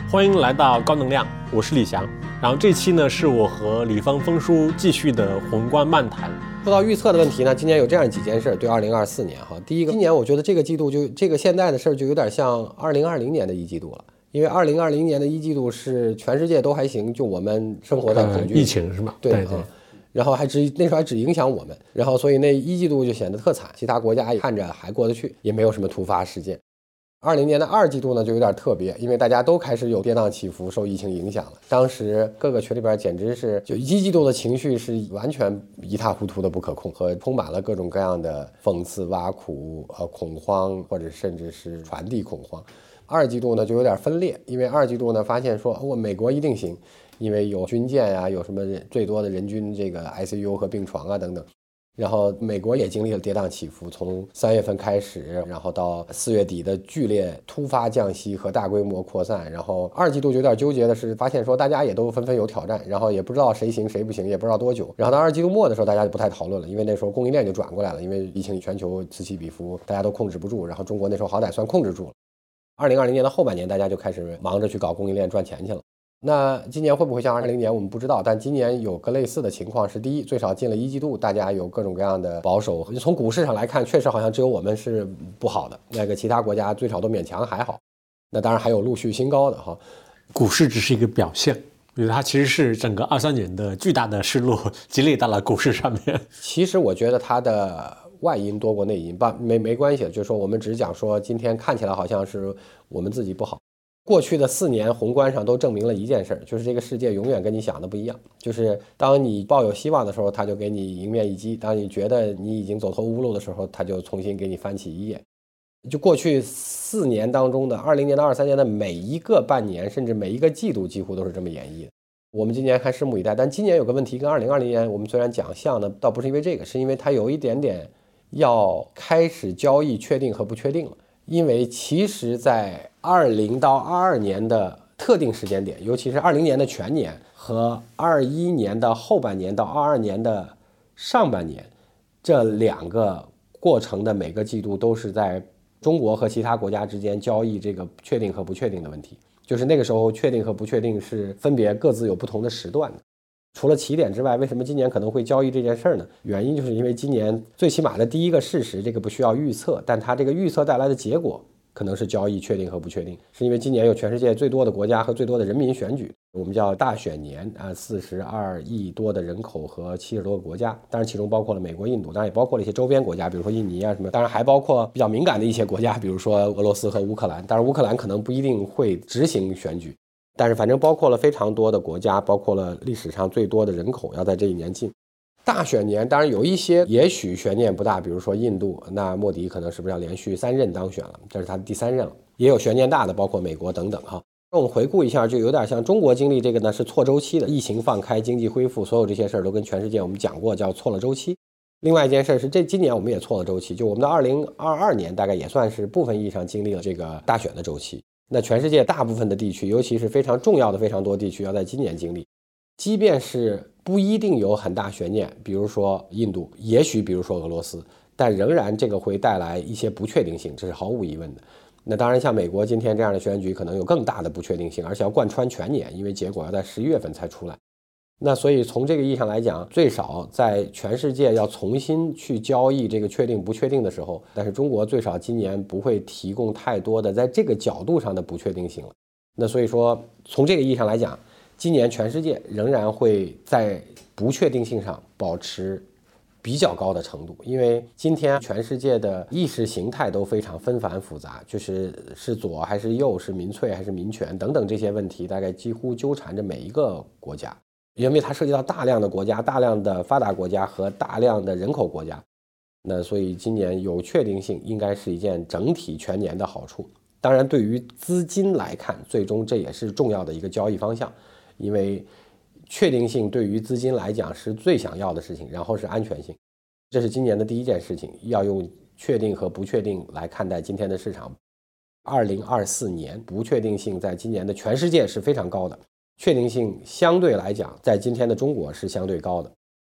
欢迎来到高能量，我是李翔。然后这期呢是我和李芳峰叔继续的宏观漫谈。 说到预测的问题呢，今年有这样几件事对2024年哈。第一个，今年我觉得这个季度这个现在的事就有点像2020年的一季度了，因为2020年的一季度是全世界都还行，就我们生活在恐惧疫情是吧？ 对。然后那时候还只影响我们，然后所以那一季度就显得特惨，其他国家也看着还过得去，也没有什么突发事件。20年的二季度呢就有点特别，因为大家都开始有跌宕起伏，受疫情影响了。当时各个群里边简直是就一季度的情绪是完全一塌糊涂的不可控，和充满了各种各样的讽刺、挖苦、恐慌，或者甚至是传递恐慌。二季度呢就有点分裂，因为二季度呢发现说美国一定行，因为有军舰啊，有什么最多的人均这个 ICU 和病床啊等等。然后美国也经历了跌宕起伏，从3月份开始，然后到4月底的剧烈突发降息和大规模扩散。然后二季度有点纠结的是，发现说大家也都纷纷有挑战，然后也不知道谁行谁不行，也不知道多久。然后到二季度末的时候，大家就不太讨论了，因为那时候供应链就转过来了，因为疫情全球此起彼伏，大家都控制不住。然后中国那时候好歹算控制住了。2020年的后半年，大家就开始忙着去搞供应链赚钱去了。那今年会不会像2020年我们不知道，但今年有个类似的情况是，第一，最少进了一季度，大家有各种各样的保守。从股市上来看，确实好像只有我们是不好的，那个其他国家最少都勉强还好。那当然还有陆续新高的哈。 股市只是一个表现，因为它其实是整个23年的巨大的失落积累到了股市上面。 其实我觉得它的外因多过内因吧，没关系，就是说我们只讲说今天看起来好像是我们自己不好。过去的4年宏观上都证明了一件事，就是这个世界永远跟你想的不一样，就是当你抱有希望的时候，他就给你迎面一击，当你觉得你已经走投无路的时候，他就重新给你翻起一页。就过去4年当中的20年到23年的每一个半年，甚至每一个季度几乎都是这么演绎的。我们今年还拭目以待，但今年有个问题跟2020年我们虽然讲像的，倒不是因为这个，是因为它有一点点要开始交易确定和不确定了。因为其实在20到22年的特定时间点，尤其是20年的全年和21年的后半年到22年的上半年，这2个过程的每个季度都是在中国和其他国家之间交易这个确定和不确定的问题，就是那个时候确定和不确定是分别各自有不同的时段的。除了起点之外，为什么今年可能会交易这件事呢？原因就是因为今年最起码的第一个事实，这个不需要预测，但它这个预测带来的结果可能是交易确定和不确定，是因为今年有全世界最多的国家和最多的人民选举，我们叫大选年啊，42亿多的人口和70多个国家，当然其中包括了美国、印度，当然也包括了一些周边国家，比如说印尼啊什么，当然还包括比较敏感的一些国家，比如说俄罗斯和乌克兰，当然乌克兰可能不一定会执行选举。但是反正包括了非常多的国家，包括了历史上最多的人口要在这一年进大选年。当然有一些也许悬念不大，比如说印度，那莫迪可能是不是要连续3任当选了，这是他的第3任了。也有悬念大的，包括美国等等哈。我们回顾一下，就有点像中国经历这个呢是错周期的，疫情放开，经济恢复，所有这些事儿都跟全世界我们讲过，叫错了周期。另外一件事是今年我们也错了周期，就我们的2022年大概也算是部分意义上经历了这个大选的周期。那全世界大部分的地区，尤其是非常重要的非常多地区要在今年经历，即便是不一定有很大悬念，比如说印度，也许比如说俄罗斯，但仍然这个会带来一些不确定性，这是毫无疑问的。那当然像美国今天这样的选举可能有更大的不确定性，而且要贯穿全年，因为结果要在11月份才出来。那所以从这个意义上来讲，最少在全世界要重新去交易这个确定不确定的时候，但是中国最少今年不会提供太多的在这个角度上的不确定性了。那所以说从这个意义上来讲，今年全世界仍然会在不确定性上保持比较高的程度，因为今天全世界的意识形态都非常纷繁复杂，就是左还是右，是民粹还是民权等等这些问题，大概几乎纠缠着每一个国家。因为它涉及到大量的国家、大量的发达国家和大量的人口国家，那所以今年有确定性应该是一件整体全年的好处。当然对于资金来看，最终这也是重要的一个交易方向，因为确定性对于资金来讲是最想要的事情，然后是安全性，这是今年的第一件事情，要用确定和不确定来看待今天的市场。2024年不确定性在今年的全世界是非常高的，确定性相对来讲在今天的中国是相对高的。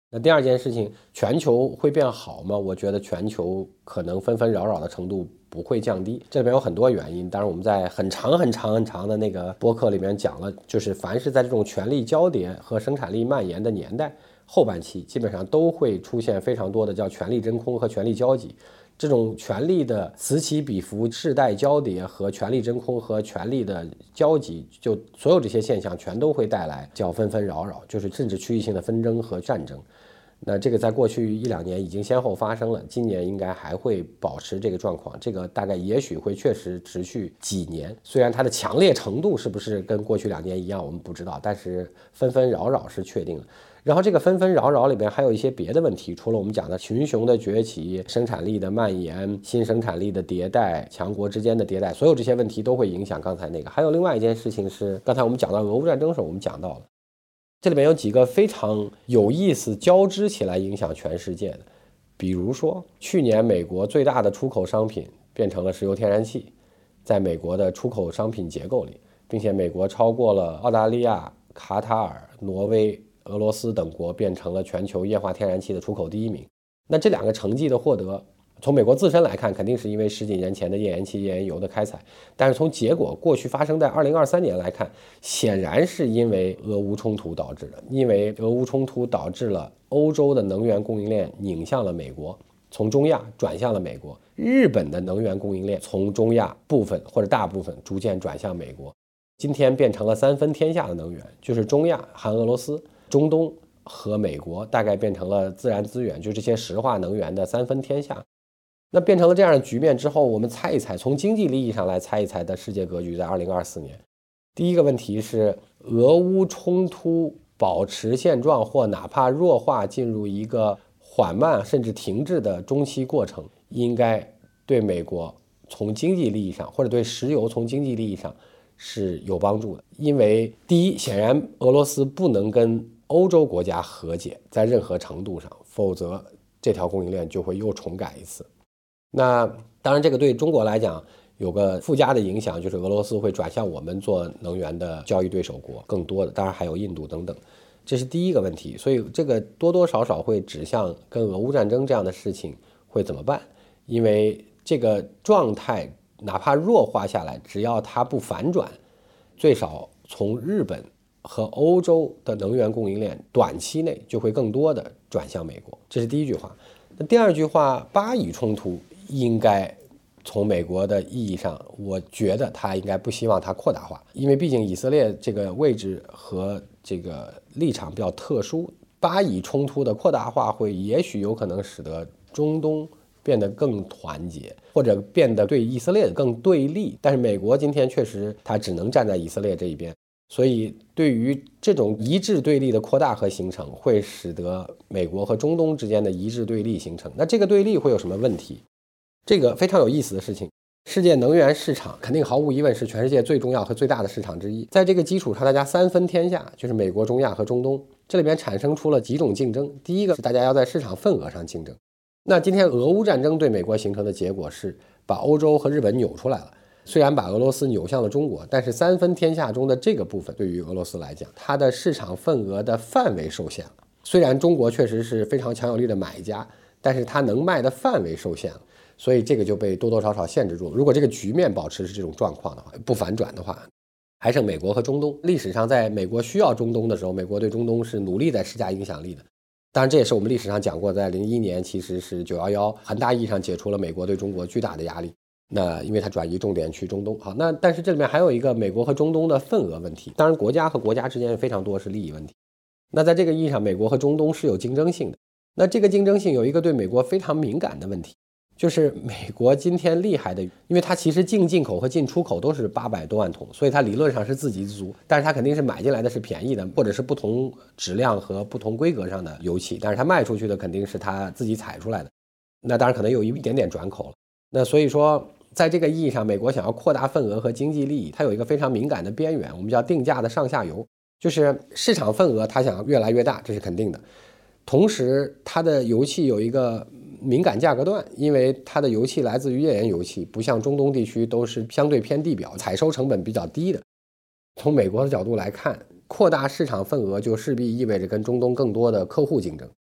那第二件事情，全球会变好吗？我觉得全球可能纷纷扰扰的程度不会降低，这里面有很多原因。当然，我们在很长的那个播客里面讲了，就是凡是在这种权力交叠和生产力蔓延的年代后半期，基本上都会出现非常多的叫权力真空和权力交集。这种权力的此起彼伏、世代交叠和权力真空和权力的交集，就所有这些现象全都会带来叫纷纷扰扰，就是甚至区域性的纷争和战争。那这个在过去1-2年已经先后发生了，今年应该还会保持这个状况，这个大概也许会确实持续几年，虽然它的强烈程度是不是跟过去2年一样我们不知道，但是纷纷扰扰是确定的。然后这个纷纷扰扰里边还有一些别的问题，除了我们讲的群雄的崛起、生产力的蔓延、新生产力的迭代、强国之间的迭代，所有这些问题都会影响刚才那个。还有另外一件事情是，刚才我们讲到俄乌战争的时候我们讲到了，这里面有几个非常有意思交织起来影响全世界的，比如说去年美国最大的出口商品变成了石油天然气，在美国的出口商品结构里，并且美国超过了澳大利亚、卡塔尔、挪威、俄罗斯等国，变成了全球液化天然气的出口第1名。那这2个成绩的获得，从美国自身来看，肯定是因为10几年前的页岩气、页岩油的开采，但是从结果过去发生在2023年来看，显然是因为俄乌冲突导致的。因为俄乌冲突导致了欧洲的能源供应链拧向了美国，从中亚转向了美国；日本的能源供应链从中亚部分或者大部分逐渐转向美国。今天变成了3分天下的能源，就是中亚含俄罗斯、中东和美国，大概变成了自然资源，就这些石化能源的3分天下。那变成了这样的局面之后，我们猜一猜，从经济利益上来猜一猜的世界格局在2024年。第一个问题是，俄乌冲突保持现状或哪怕弱化，进入一个缓慢甚至停滞的中期过程，应该对美国从经济利益上，或者对石油从经济利益上是有帮助的。因为第一，显然俄罗斯不能跟欧洲国家和解，在任何程度上，否则这条供应链就会又重改一次。那当然这个对中国来讲有个附加的影响，就是俄罗斯会转向我们做能源的交易对手国更多的，当然还有印度等等，这是第一个问题。所以这个多多少少会指向跟俄乌战争这样的事情会怎么办，因为这个状态哪怕弱化下来，只要它不反转，最少从日本和欧洲的能源供应链短期内就会更多的转向美国，这是第一句话。那第二句话，巴以冲突应该从美国的意义上，我觉得他应该不希望它扩大化，因为毕竟以色列这个位置和这个立场比较特殊，巴以冲突的扩大化会也许有可能使得中东变得更团结，或者变得对以色列更对立，但是美国今天确实他只能站在以色列这一边，所以对于这种一致对立的扩大和形成，会使得美国和中东之间的一致对立形成。那这个对立会有什么问题？这个非常有意思的事情，世界能源市场肯定毫无疑问是全世界最重要和最大的市场之一，在这个基础上，大家3分天下，就是美国、中亚和中东，这里边产生出了几种竞争。第一个是大家要在市场份额上竞争。那今天俄乌战争对美国形成的结果是把欧洲和日本扭出来了，虽然把俄罗斯扭向了中国，但是3分天下中的这个部分对于俄罗斯来讲，它的市场份额的范围受限了。虽然中国确实是非常强有力的买家，但是它能卖的范围受限了，所以这个就被多多少少限制住了。如果这个局面保持是这种状况的话，不反转的话，还剩美国和中东。历史上在美国需要中东的时候，美国对中东是努力在施加影响力的。当然这也是我们历史上讲过，在01年其实是911很大意义上解除了美国对中国巨大的压力，那因为它转移重点去中东。好，那但是这里面还有一个美国和中东的份额问题，当然国家和国家之间非常多是利益问题。那在这个意义上，美国和中东是有竞争性的。那这个竞争性有一个对美国非常敏感的问题，就是美国今天厉害的，因为它其实进口和进出口都是800多万桶，所以它理论上是自给自足，但是它肯定是买进来的是便宜的，或者是不同质量和不同规格上的油气，但是它卖出去的肯定是它自己采出来的，那当然可能有一点点转口了。那所以说在这个意义上，美国想要扩大份额和经济利益，它有一个非常敏感的边缘，我们叫定价的上下游，就是市场份额它想越来越大，这是肯定的，同时它的油气有一个敏感价格段，因为它的油气来自于页岩油气，不像中东地区都是相对偏地表，采收成本比较低的。从美国的角度来看，扩大市场份额就势必意味着跟中东更多的客户竞争，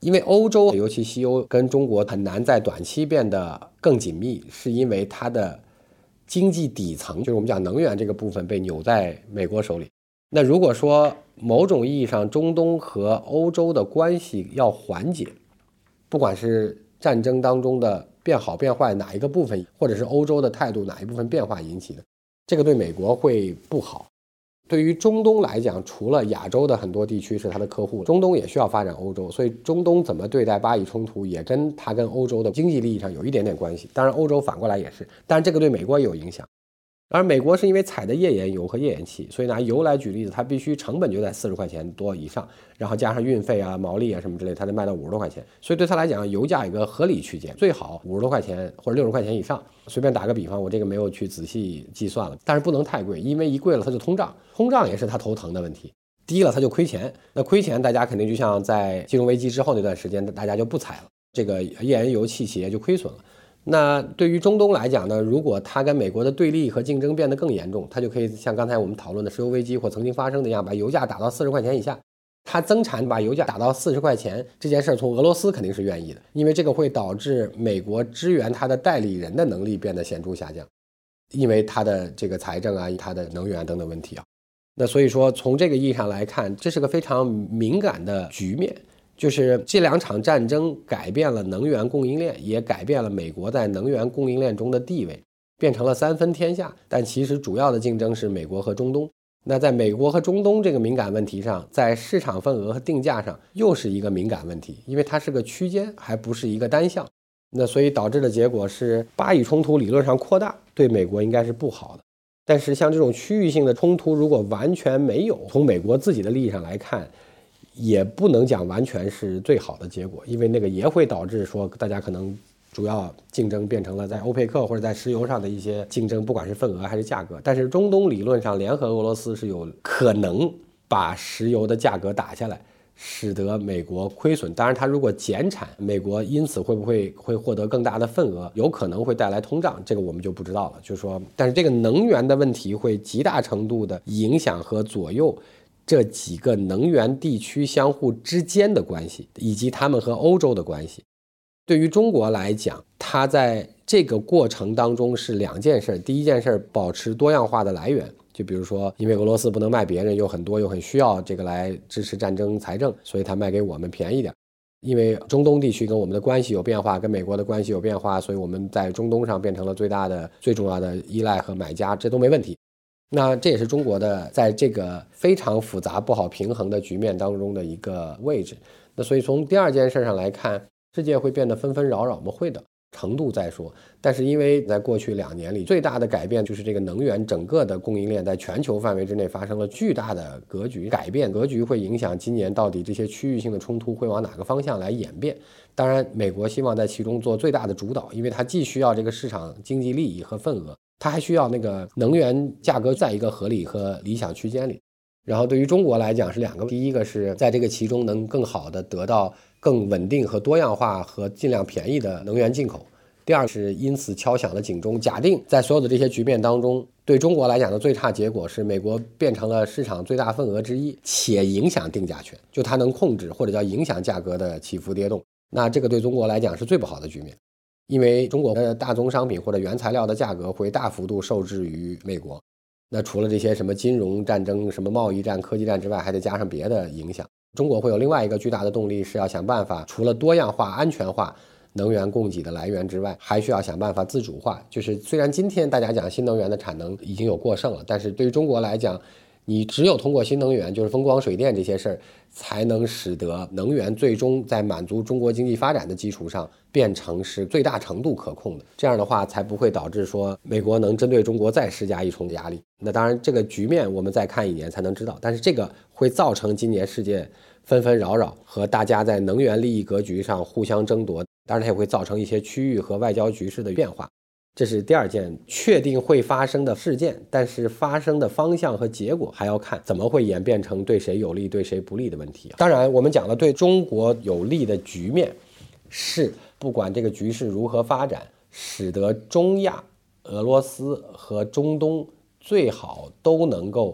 因为欧洲尤其西欧跟中国很难在短期变得更紧密，是因为它的经济底层，就是我们讲能源这个部分被扭在美国手里。那如果说某种意义上中东和欧洲的关系要缓解，不管是战争当中的变好变坏哪一个部分，或者是欧洲的态度哪一部分变化引起的，这个对美国会不好。对于中东来讲，除了亚洲的很多地区是它的客户，中东也需要发展欧洲，所以中东怎么对待巴以冲突也跟它跟欧洲的经济利益上有一点点关系。当然欧洲反过来也是，但是这个对美国也有影响。而美国是因为采的页岩油和页岩气，所以拿油来举例子，它必须成本就在40块钱多以上，然后加上运费啊、毛利啊什么之类，它得卖到50多块钱。所以对它来讲，油价有个合理区间，最好50多块钱或者60块钱以上。随便打个比方，我这个没有去仔细计算了，但是不能太贵，因为一贵了它就通胀，通胀也是它头疼的问题。低了它就亏钱，那亏钱大家肯定就像在金融危机之后那段时间，大家就不采了，这个页岩油气企业就亏损了。那对于中东来讲呢，如果它跟美国的对立和竞争变得更严重，它就可以像刚才我们讨论的石油危机或曾经发生的一样，把油价打到40块钱以下。它增产把油价打到40块钱这件事，从俄罗斯肯定是愿意的，因为这个会导致美国支援它的代理人的能力变得显著下降，因为它的这个财政啊、它的能源等等问题啊。那所以说从这个意义上来看，这是个非常敏感的局面。就是这两场战争改变了能源供应链，也改变了美国在能源供应链中的地位，变成了三分天下。但其实主要的竞争是美国和中东。那在美国和中东这个敏感问题上，在市场份额和定价上又是一个敏感问题，因为它是个区间，还不是一个单项。那所以导致的结果是，巴以冲突理论上扩大对美国应该是不好的。但是像这种区域性的冲突，如果完全没有，从美国自己的利益上来看，也不能讲完全是最好的结果，因为那个也会导致说大家可能主要竞争变成了在欧佩克或者在石油上的一些竞争，不管是份额还是价格。但是中东理论上联合俄罗斯是有可能把石油的价格打下来，使得美国亏损。当然它如果减产，美国因此会不会获得更大的份额，有可能会带来通胀，这个我们就不知道了。就是说，但是这个能源的问题会极大程度的影响和左右这几个能源地区相互之间的关系，以及他们和欧洲的关系。对于中国来讲，它在这个过程当中是两件事。第一件事，保持多样化的来源，就比如说因为俄罗斯不能卖别人，有很多又很需要这个来支持战争财政，所以他卖给我们便宜点。因为中东地区跟我们的关系有变化，跟美国的关系有变化，所以我们在中东上变成了最重要的依赖和买家，这都没问题。那这也是中国的在这个非常复杂不好平衡的局面当中的一个位置。那所以从第二件事上来看，世界会变得纷纷扰扰，我们会的程度再说。但是因为在过去2年里最大的改变就是这个能源整个的供应链在全球范围之内发生了巨大的格局改变，格局会影响今年到底这些区域性的冲突会往哪个方向来演变。当然美国希望在其中做最大的主导，因为它既需要这个市场经济利益和份额，它还需要那个能源价格在一个合理和理想区间里。然后对于中国来讲是2个，第一个是在这个其中能更好的得到更稳定和多样化和尽量便宜的能源进口。第二是因此敲响了警钟，假定在所有的这些局面当中，对中国来讲的最差结果是美国变成了市场最大份额之一，且影响定价权，就它能控制或者叫影响价格的起伏跌动。那这个对中国来讲是最不好的局面，因为中国的大宗商品或者原材料的价格会大幅度受制于美国。那除了这些什么金融战争、什么贸易战、科技战之外，还得加上别的影响。中国会有另外一个巨大的动力，是要想办法除了多样化、安全化能源供给的来源之外，还需要想办法自主化。就是虽然今天大家讲新能源的产能已经有过剩了，但是对于中国来讲，你只有通过新能源，就是风光水电这些事儿，才能使得能源最终在满足中国经济发展的基础上变成是最大程度可控的。这样的话才不会导致说美国能针对中国再施加一重压力。那当然这个局面我们再看1年才能知道，但是这个会造成今年世界纷纷扰扰和大家在能源利益格局上互相争夺，当然它也会造成一些区域和外交局势的变化。这是第2件确定会发生的事件，但是发生的方向和结果还要看怎么会演变成对谁有利对谁不利的问题。当然我们讲了对中国有利的局面是不管这个局势如何发展，使得中亚、俄罗斯和中东最好都能够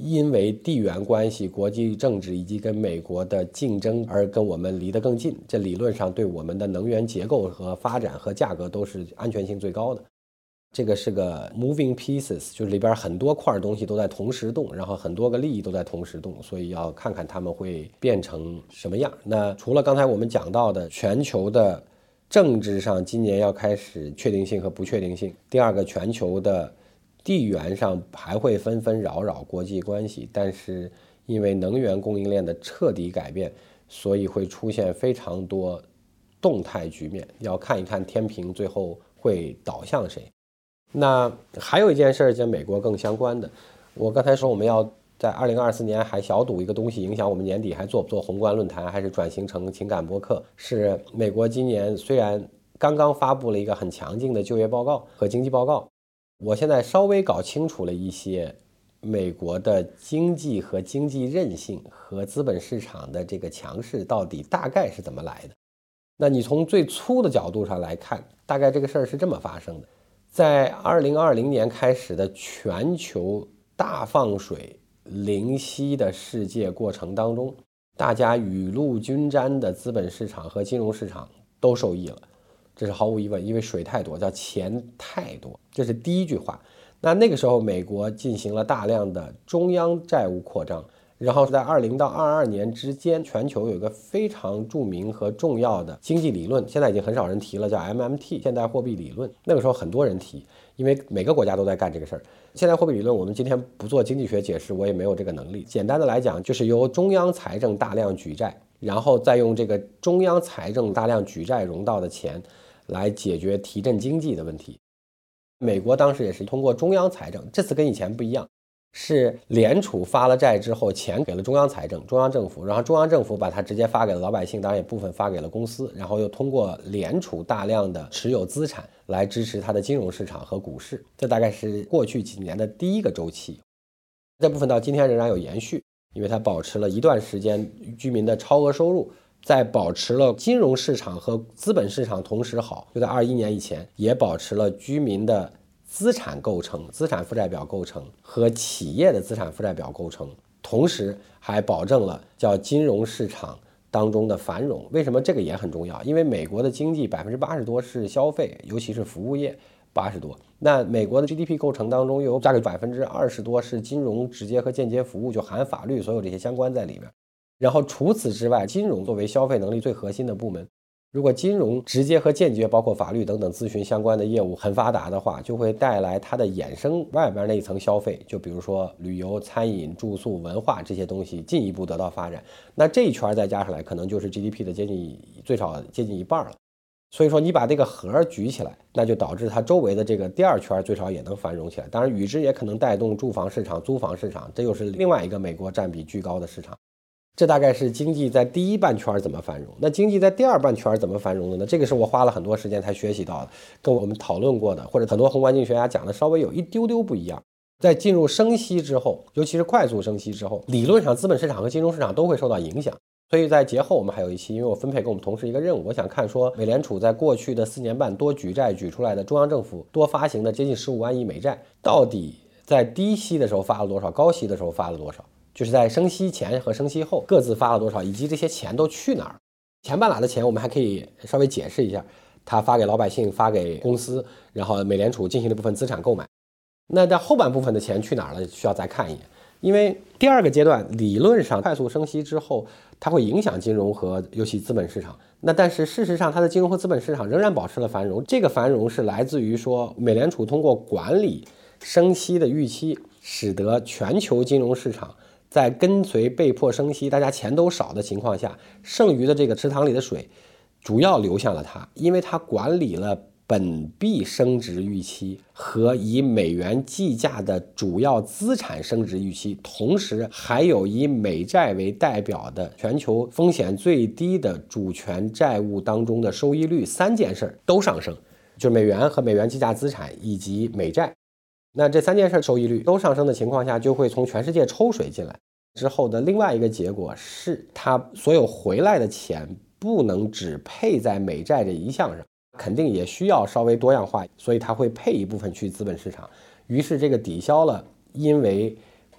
因为地缘关系、国际政治以及跟美国的竞争而跟我们离得更近，这理论上对我们的能源结构和发展和价格都是安全性最高的。这个是个 moving pieces， 就是里边很多块东西都在同时动，然后很多个利益都在同时动，所以要看看他们会变成什么样。那除了刚才我们讲到的全球的政治上今年要开始确定性和不确定性，第二个全球的地缘上还会纷纷扰扰国际关系，但是因为能源供应链的彻底改变，所以会出现非常多动态局面，要看一看天平最后会倒向谁。那还有一件事跟美国更相关的，我刚才说我们要在2024年还小赌一个东西，影响我们年底还做不做宏观论坛，还是转型成情感播客，是美国今年虽然刚刚发布了一个很强劲的就业报告和经济报告，我现在稍微搞清楚了一些美国的经济和经济韧性和资本市场的这个强势到底大概是怎么来的。那你从最粗的角度上来看，大概这个事儿是这么发生的。在2020年开始的全球大放水零息的世界过程当中，大家雨露均沾的资本市场和金融市场都受益了，这是毫无疑问，因为水太多，叫钱太多，这是第一句话。那个时候美国进行了大量的中央债务扩张，然后在20到22年之间，全球有一个非常著名和重要的经济理论，现在已经很少人提了，叫 MMT 现代货币理论。那个时候很多人提，因为每个国家都在干这个事儿。现代货币理论我们今天不做经济学解释，我也没有这个能力。简单的来讲，就是由中央财政大量举债，然后再用这个中央财政大量举债融到的钱来解决提振经济的问题。美国当时也是通过中央财政，这次跟以前不一样，是联储发了债之后，钱给了中央财政、中央政府，然后中央政府把它直接发给了老百姓，当然也部分发给了公司，然后又通过联储大量的持有资产来支持它的金融市场和股市。这大概是过去几年的第一个周期，这部分到今天仍然有延续，因为它保持了一段时间居民的超额收入，在保持了金融市场和资本市场同时好，就在21年以前也保持了居民的资产构成、资产负债表构成和企业的资产负债表构成，同时还保证了叫金融市场当中的繁荣。为什么这个也很重要？因为美国的经济80%多是消费，尤其是服务业80%多。那美国的 GDP 构成当中有大概20%多是金融直接和间接服务，就含法律所有这些相关在里边。然后除此之外，金融作为消费能力最核心的部门，如果金融直接和间接包括法律等等咨询相关的业务很发达的话，就会带来它的衍生外边那一层消费，就比如说旅游、餐饮、住宿、文化这些东西进一步得到发展。那这一圈再加上来，可能就是 GDP 的最少接近一半了。所以说你把这个核举起来，那就导致它周围的这个第二圈最少也能繁荣起来。当然与之也可能带动住房市场、租房市场，这又是另外一个美国占比巨高的市场。这大概是经济在第一半圈怎么繁荣。那经济在第二半圈怎么繁荣的呢？这个是我花了很多时间才学习到的，跟我们讨论过的，或者很多宏观经济学家讲的稍微有一丢丢不一样。在进入升息之后，尤其是快速升息之后，理论上资本市场和金融市场都会受到影响。所以在节后我们还有一期，因为我分配给我们同事一个任务，我想看说美联储在过去的4年半多举债举出来的中央政府多发行的接近15万亿美债，到底在低息的时候发了多少，高息的时候发了多少，就是在升息前和升息后各自发了多少，以及这些钱都去哪儿。前半拉的钱我们还可以稍微解释一下，他发给老百姓，发给公司，然后美联储进行了部分资产购买。那在后半部分的钱去哪儿了，需要再看一眼。因为第二个阶段理论上快速升息之后，它会影响金融和尤其资本市场。那但是事实上它的金融和资本市场仍然保持了繁荣，这个繁荣是来自于说美联储通过管理升息的预期，使得全球金融市场在跟随被迫升息，大家钱都少的情况下，剩余的这个池塘里的水主要流向了它，因为它管理了本币升值预期和以美元计价的主要资产升值预期，同时还有以美债为代表的全球风险最低的主权债务当中的收益率，3件事都上升，就是美元和美元计价资产以及美债。那这3件事收益率都上升的情况下，就会从全世界抽水进来。之后的另外一个结果是，它所有回来的钱不能只配在美债这一项上，肯定也需要稍微多样化，所以它会配一部分去资本市场。于是这个抵消了因为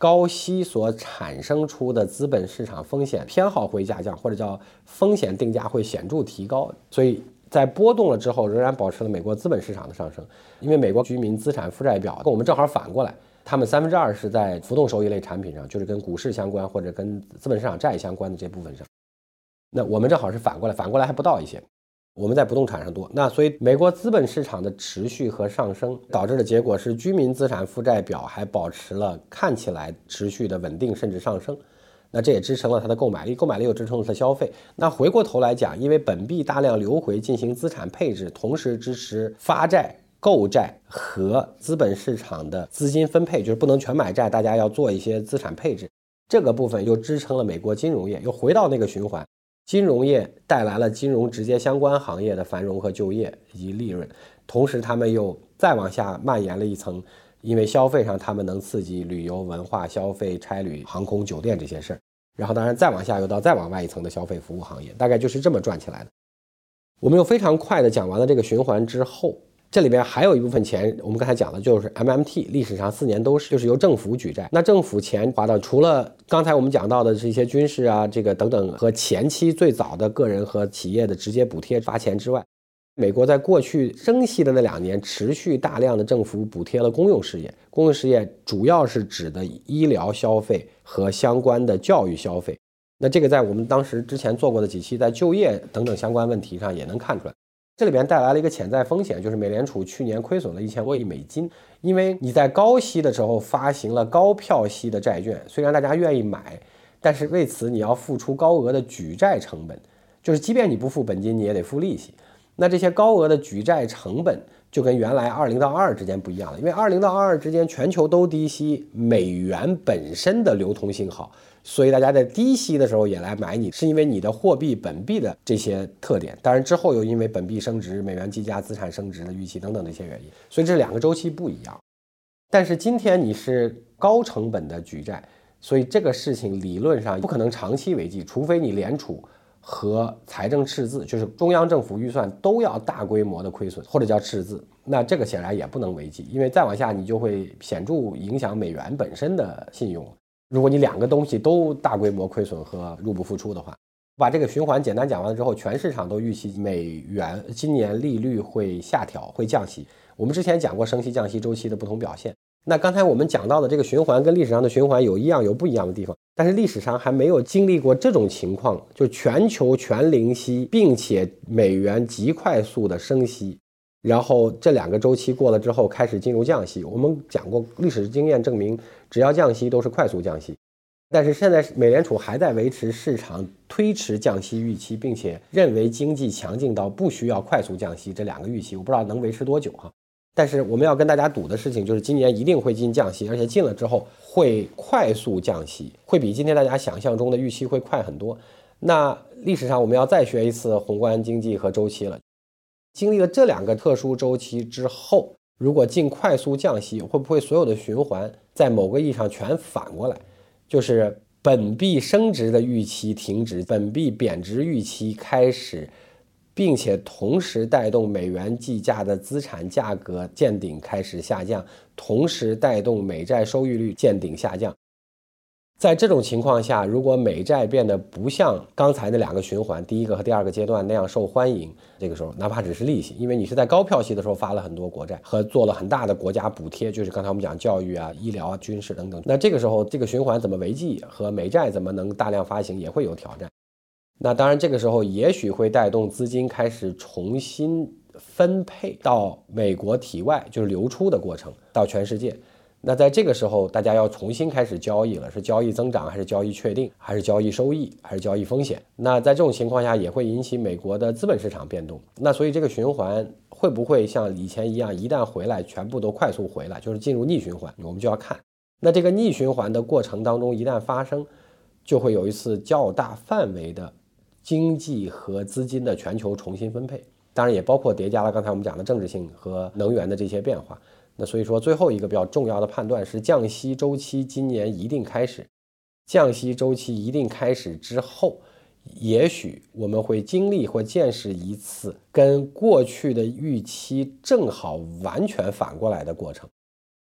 高息所产生出的资本市场风险偏好会下降，或者叫风险定价会显著提高，所以在波动了之后仍然保持了美国资本市场的上升。因为美国居民资产负债表跟我们正好反过来，他们2%是在浮动收益类产品上，就是跟股市相关或者跟资本市场债相关的这部分上，那我们正好是反过来还不到一些，我们在不动产上多。那所以美国资本市场的持续和上升导致的结果是居民资产负债表还保持了看起来持续的稳定甚至上升，那这也支撑了它的购买力，购买力又支撑了它的消费。那回过头来讲，因为本币大量流回进行资产配置，同时支持发债、购债和资本市场的资金分配，就是不能全买债，大家要做一些资产配置，这个部分又支撑了美国金融业，又回到那个循环。金融业带来了金融直接相关行业的繁荣和就业以及利润，同时他们又再往下蔓延了一层，因为消费上他们能刺激旅游、文化消费、差旅、航空、酒店这些事儿，然后当然再往下又到再往外一层的消费服务行业，大概就是这么转起来的。我们又非常快的讲完了这个循环之后，这里边还有一部分钱，我们刚才讲的就是 MMT， 历史上4年都是就是由政府举债。那政府钱花到除了刚才我们讲到的这些军事啊这个等等和前期最早的个人和企业的直接补贴发钱之外，美国在过去升息的那2年持续大量的政府补贴了公用事业，公用事业主要是指的医疗消费和相关的教育消费。那这个在我们当时之前做过的几期在就业等等相关问题上也能看出来。这里边带来了一个潜在风险，就是美联储去年亏损了1000多亿美金，因为你在高息的时候发行了高票息的债券，虽然大家愿意买，但是为此你要付出高额的举债成本，就是即便你不付本金你也得付利息。那这些高额的举债成本就跟原来20到22之间不一样了，因为20到22之间全球都低息，美元本身的流通性好，所以大家在低息的时候也来买你，是因为你的货币本币的这些特点。当然之后又因为本币升值、美元计价、资产升值的预期等等这些原因，所以这2个周期不一样。但是今天你是高成本的举债，所以这个事情理论上不可能长期为继，除非你联储和财政赤字，就是中央政府预算都要大规模的亏损或者叫赤字，那这个显然也不能为继，因为再往下你就会显著影响美元本身的信用。如果你2个东西都大规模亏损和入不敷出的话，把这个循环简单讲完了之后，全市场都预期美元今年利率会下调，会降息。我们之前讲过升息降息周期的不同表现，那刚才我们讲到的这个循环跟历史上的循环有一样有不一样的地方，但是历史上还没有经历过这种情况，就全球全零息，并且美元极快速的升息，然后这2个周期过了之后开始进入降息。我们讲过历史经验证明，只要降息都是快速降息，但是现在美联储还在维持市场推迟降息预期，并且认为经济强劲到不需要快速降息，这2个预期我不知道能维持多久哈。但是我们要跟大家赌的事情就是今年一定会进降息，而且进了之后会快速降息，会比今天大家想象中的预期会快很多。那历史上我们要再学一次宏观经济和周期了，经历了这2个特殊周期之后，如果进快速降息，会不会所有的循环在某个意义上全反过来，就是本币升值的预期停止，本币贬值预期开始，并且同时带动美元计价的资产价格见顶开始下降，同时带动美债收益率见顶下降。在这种情况下，如果美债变得不像刚才那2个循环第1个和第2个阶段那样受欢迎，这个时候哪怕只是利息，因为你是在高票息的时候发了很多国债和做了很大的国家补贴，就是刚才我们讲教育啊、医疗啊、军事等等，那这个时候这个循环怎么维系和美债怎么能大量发行也会有挑战。那当然这个时候也许会带动资金开始重新分配到美国体外，就是流出的过程到全世界。那在这个时候大家要重新开始交易了，是交易增长还是交易确定，还是交易收益，还是交易风险。那在这种情况下也会引起美国的资本市场变动。那所以这个循环会不会像以前一样，一旦回来全部都快速回来，就是进入逆循环，我们就要看。那这个逆循环的过程当中一旦发生，就会有一次较大范围的经济和资金的全球重新分配，当然也包括叠加了刚才我们讲的政治性和能源的这些变化。那所以说最后一个比较重要的判断是降息周期今年一定开始，降息周期一定开始之后，也许我们会经历或见识一次跟过去的预期正好完全反过来的过程。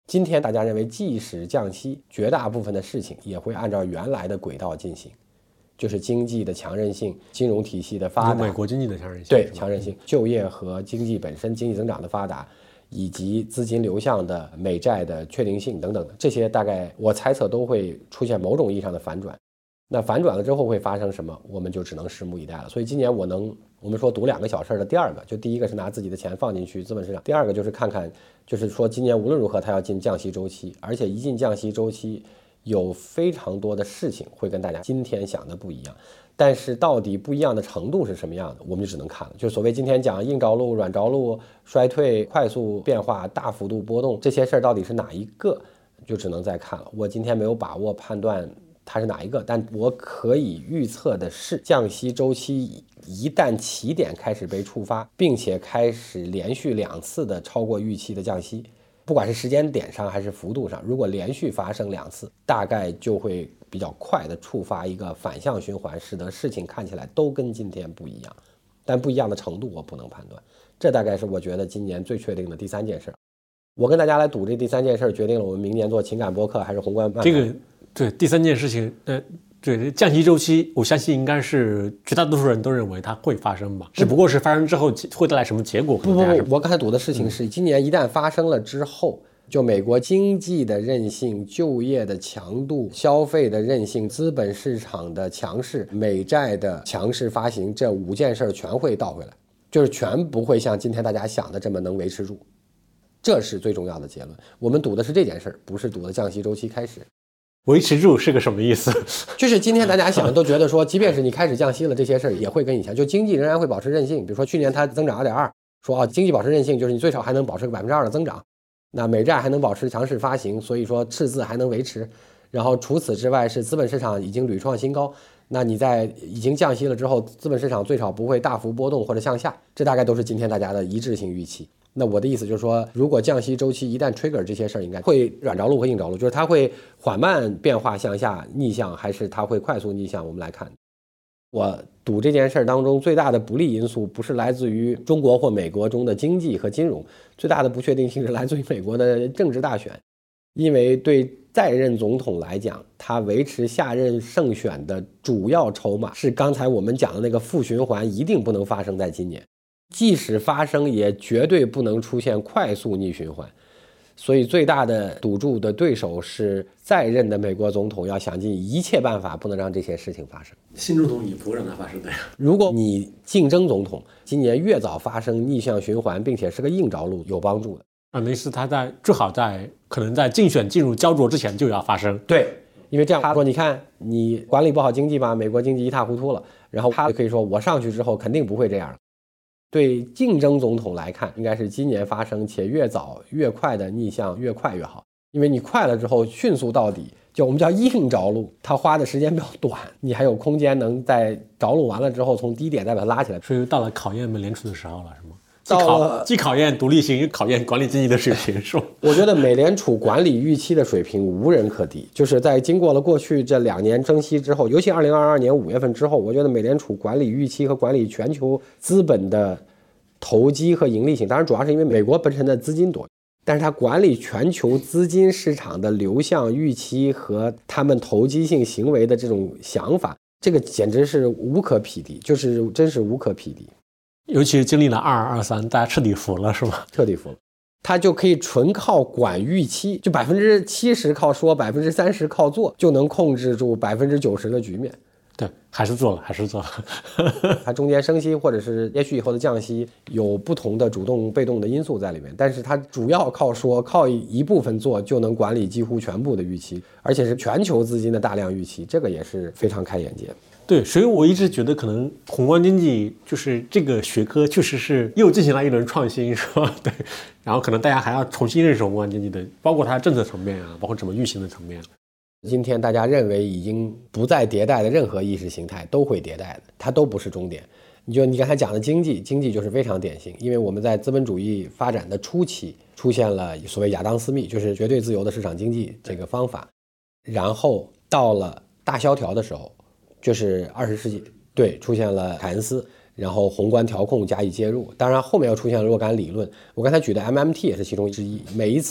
今天大家认为，即使降息，绝大部分的事情也会按照原来的轨道进行，就是经济的强韧性、金融体系的发达， 美国经济的强韧性， 对强韧性、就业和经济本身经济增长的发达，以及资金流向的美债的确定性等等的，这些大概我猜测都会出现某种意义上的反转。那反转了之后会发生什么，我们就只能拭目以待了。所以今年我们说赌2个小事的第2个，就第一个是拿自己的钱放进去资本市场，第2个就是看看，就是说今年无论如何它要进降息周期，而且一进降息周期有非常多的事情会跟大家今天想的不一样，但是到底不一样的程度是什么样的，我们就只能看了。就所谓今天讲硬着陆、软着陆、衰退、快速变化、大幅度波动，这些事儿到底是哪一个，就只能再看了。我今天没有把握判断它是哪一个，但我可以预测的是，降息周期一旦起点开始被触发，并且开始连续2次的超过预期的降息，不管是时间点上还是幅度上，如果连续发生2次，大概就会比较快的触发一个反向循环，使得事情看起来都跟今天不一样，但不一样的程度我不能判断。这大概是我觉得今年最确定的第3件事。我跟大家来赌这第3件事，决定了我们明年做情感播客还是宏观漫谈。 这个对第3件事情，对降息周期，我相信应该是绝大多数人都认为它会发生吧，只不过是发生之后会带来什么结果。 不，我刚才赌的事情是，今年一旦发生了之后，就美国经济的韧性、就业的强度、消费的韧性、资本市场的强势、美债的强势发行，这5件事全会倒回来，就是全不会像今天大家想的这么能维持住。这是最重要的结论。我们赌的是这件事，不是赌的降息周期开始。 维持住是个什么意思？ 就是今天大家想的都觉得说，即便是你开始降息了，这些事儿也会跟以前，就经济仍然会保持韧性。比如说去年它增长 2.2%， 说经济保持韧性就是你最少还能保持个 2% 的增长，那美债还能保持强势发行，所以说赤字还能维持。然后除此之外是资本市场已经屡创新高，那你在已经降息了之后，资本市场最少不会大幅波动或者向下，这大概都是今天大家的一致性预期。那我的意思就是说，如果降息周期一旦 trigger 这些事儿，应该会软着陆和硬着陆，就是它会缓慢变化向下逆向，还是它会快速逆向，我们来看。我赌这件事儿当中最大的不利因素不是来自于中国或美国中的经济和金融，最大的不确定性是来自于美国的政治大选。因为对在任总统来讲，他维持下任胜选的主要筹码是刚才我们讲的那个负循环一定不能发生在今年，即使发生也绝对不能出现快速逆循环。所以最大的赌注的对手是在任的美国总统，要想尽一切办法不能让这些事情发生。 新总统也不会让它发生的呀。 如果你竞争总统，今年越早发生逆向循环，并且是个硬着陆，有帮助的。 没事，他最好可能在竞选进入焦灼之前就要发生。 对，因为这样他说，你看你管理不好经济吧，美国经济一塌糊涂了，然后他可以说我上去之后肯定不会这样。对竞争总统来看，应该是今年发生，且越早越快的逆向越快越好，因为你快了之后迅速到底，就我们叫硬着陆，它花的时间比较短，你还有空间能在着陆完了之后从低点再把它拉起来。 所以到了考验美联储的时候了，是吗？既考验独立性，又考验管理经济的水平，是吧？ 我觉得美联储管理预期的水平无人可敌，就是在经过了过去这2年增息之后，尤其2022年5月份之后，我觉得美联储管理预期和管理全球资本的投机和盈利性，当然主要是因为美国本身的资金多，但是它管理全球资金市场的流向预期和他们投机性行为的这种想法，这个简直是无可匹敌，就是真是无可匹敌。 尤其是经历了22、23，大家彻底服了，是吧？ 彻底服了。他就可以纯靠管预期，就70%靠说，30%靠做，就能控制住90%的局面。 对，还是做了。 它中间升息或者是也许以后的降息有不同的主动被动的因素在里面，但是它主要靠说，靠一部分做就能管理几乎全部的预期，而且是全球资金的大量预期，这个也是非常开眼界。 对，所以我一直觉得可能宏观经济就是这个学科确实是又进行了一轮创新，是吧？对，然后可能大家还要重新认识宏观经济的，包括它的政策层面啊，包括怎么运行的层面。 今天大家认为已经不再迭代的任何意识形态都会迭代的，它都不是终点。你刚才讲的经济就是非常典型，因为我们在资本主义发展的初期出现了所谓亚当斯密，就是绝对自由的市场经济这个方法，然后到了大萧条的时候，就是20世纪，对，出现了凯恩斯，然后宏观调控加以介入，当然后面又出现了若干理论，我刚才举的 MMT 也是其中之一。每一次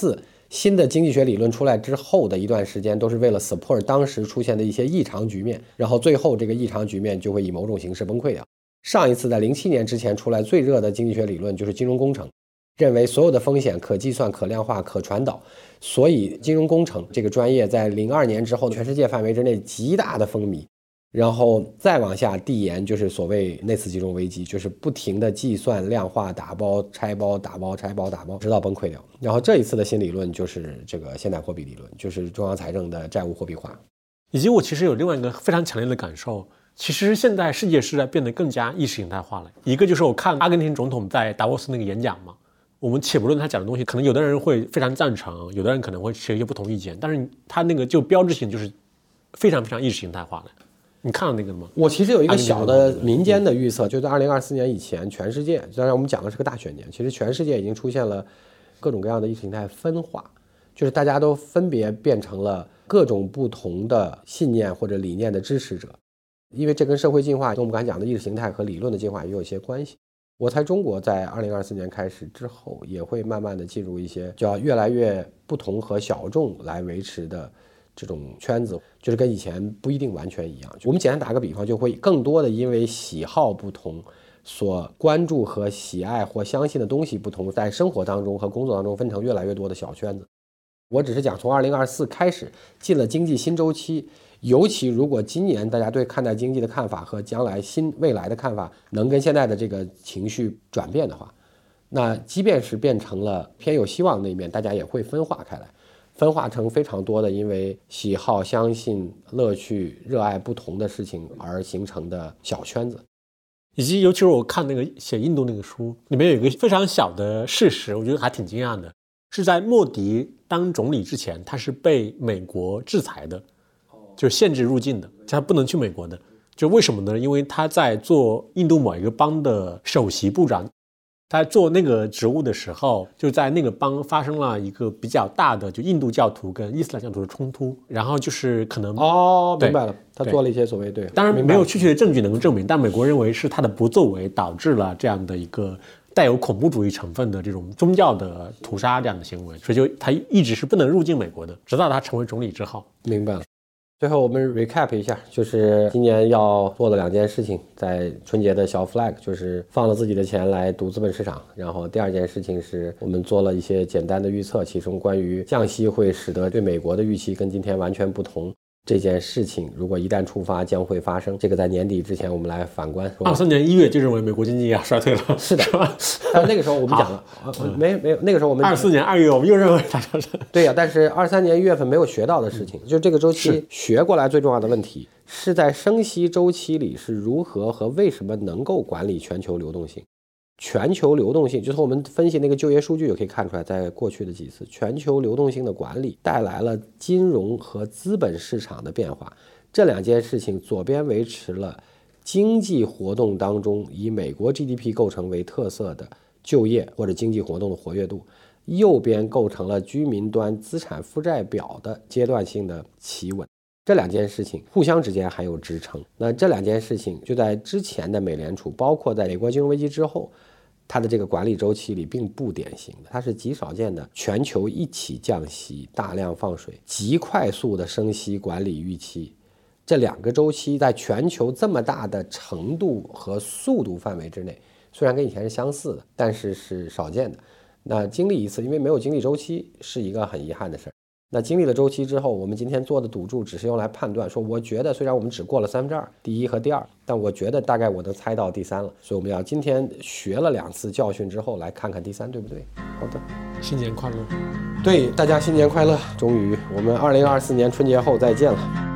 新的经济学理论出来之后的一段时间，都是为了 support 当时出现的一些异常局面，然后最后这个异常局面就会以某种形式崩溃掉。上一次在07年之前出来最热的经济学理论就是金融工程，认为所有的风险可计算、可量化、可传导，所以金融工程这个专业在02年之后全世界范围之内极大的风靡。然后再往下递延，就是所谓那次金融危机，就是不停的计算、量化、打包、拆包、打包、拆包、打包，直到崩溃掉。然后这一次的新理论就是这个现代货币理论，就是中央财政的债务货币化。 以及我其实有另外一个非常强烈的感受，其实现在世界是在变得更加意识形态化了。一个就是我看阿根廷总统在达沃斯那个演讲嘛，我们且不论他讲的东西，可能有的人会非常赞成，有的人可能会持一些不同意见，但是他那个就标志性就是非常非常意识形态化的。你看到那个吗？ 我其实有一个小的民间的预测，就在2024年以前，全世界，当然我们讲的是个大选年，其实全世界已经出现了各种各样的意识形态分化，就是大家都分别变成了各种不同的信念或者理念的支持者，因为这跟社会进化跟我们刚才讲的意识形态和理论的进化也有一些关系。我猜中国在2024年开始之后，也会慢慢的进入一些叫越来越不同和小众来维持的这种圈子，就是跟以前不一定完全一样。我们简单打个比方，就会更多的因为喜好不同，所关注和喜爱或相信的东西不同，在生活当中和工作当中分成越来越多的小圈子。我只是讲从2024开始进了经济新周期，尤其如果今年大家对看待经济的看法和将来未来的看法能跟现在的这个情绪转变的话，那即便是变成了偏有希望那一面，大家也会分化开来，分化成非常多的因为喜好、相信、乐趣、热爱不同的事情而形成的小圈子。 以及尤其是我看那个写印度那个书里面有一个非常小的事实，我觉得还挺惊讶的，是在莫迪当总理之前，他是被美国制裁的，就限制入境的，他不能去美国的。就为什么呢？因为他在做印度某一个邦的首席部长，他做那个职务的时候，就在那个邦发生了一个比较大的就印度教徒跟伊斯兰教徒的冲突，然后就是可能明白了，他做了一些所谓当然没有确切的证据能够证明，但美国认为是他的不作为导致了这样的一个带有恐怖主义成分的这种宗教的屠杀这样的行为，所以就他一直是不能入境美国的，直到他成为总理之后。 明白了。最后我们 recap 一下，就是今年要做的2件事情，在春节的小 flag 就是放了自己的钱来赌资本市场，然后第2件事情是我们做了一些简单的预测，其中关于降息会使得对美国的预期跟今天完全不同这件事情，如果一旦触发将会发生，这个在年底之前我们来反观。 23年1月就认为美国经济要衰退了， 是的，但那个时候我们讲了没有，那个时候我们 24年2月我们又认为它就是对呀，但是23年1月份没有学到的事情，就这个周期学过来最重要的问题是在升息周期里是如何和为什么能够管理全球流动性。全球流动性就是我们分析那个就业数据也可以看出来，在过去的几次全球流动性的管理带来了金融和资本市场的变化。这2件事情，左边维持了经济活动当中以美国 GDP 构成为特色的就业或者经济活动的活跃度，右边构成了居民端资产负债表的阶段性的企稳。这2件事情互相之间还有支撑。那这2件事情就在之前的美联储，包括在美国金融危机之后，它的这个管理周期里并不典型的，它是极少见的全球一起降息、大量放水、极快速的升息管理预期。这2个周期在全球这么大的程度和速度范围之内，虽然跟以前是相似的，但是是少见的。那经历一次，因为没有经历周期，是一个很遗憾的事儿。那经历了周期之后，我们今天做的赌注只是用来判断，说我觉得虽然我们只过了2/3，第1和第2，但我觉得大概我能猜到第3了。所以我们要今天学了2次教训之后，来看看第3对不对。好的， 新年快乐。 对大家新年快乐，终于我们2024年春节后再见了。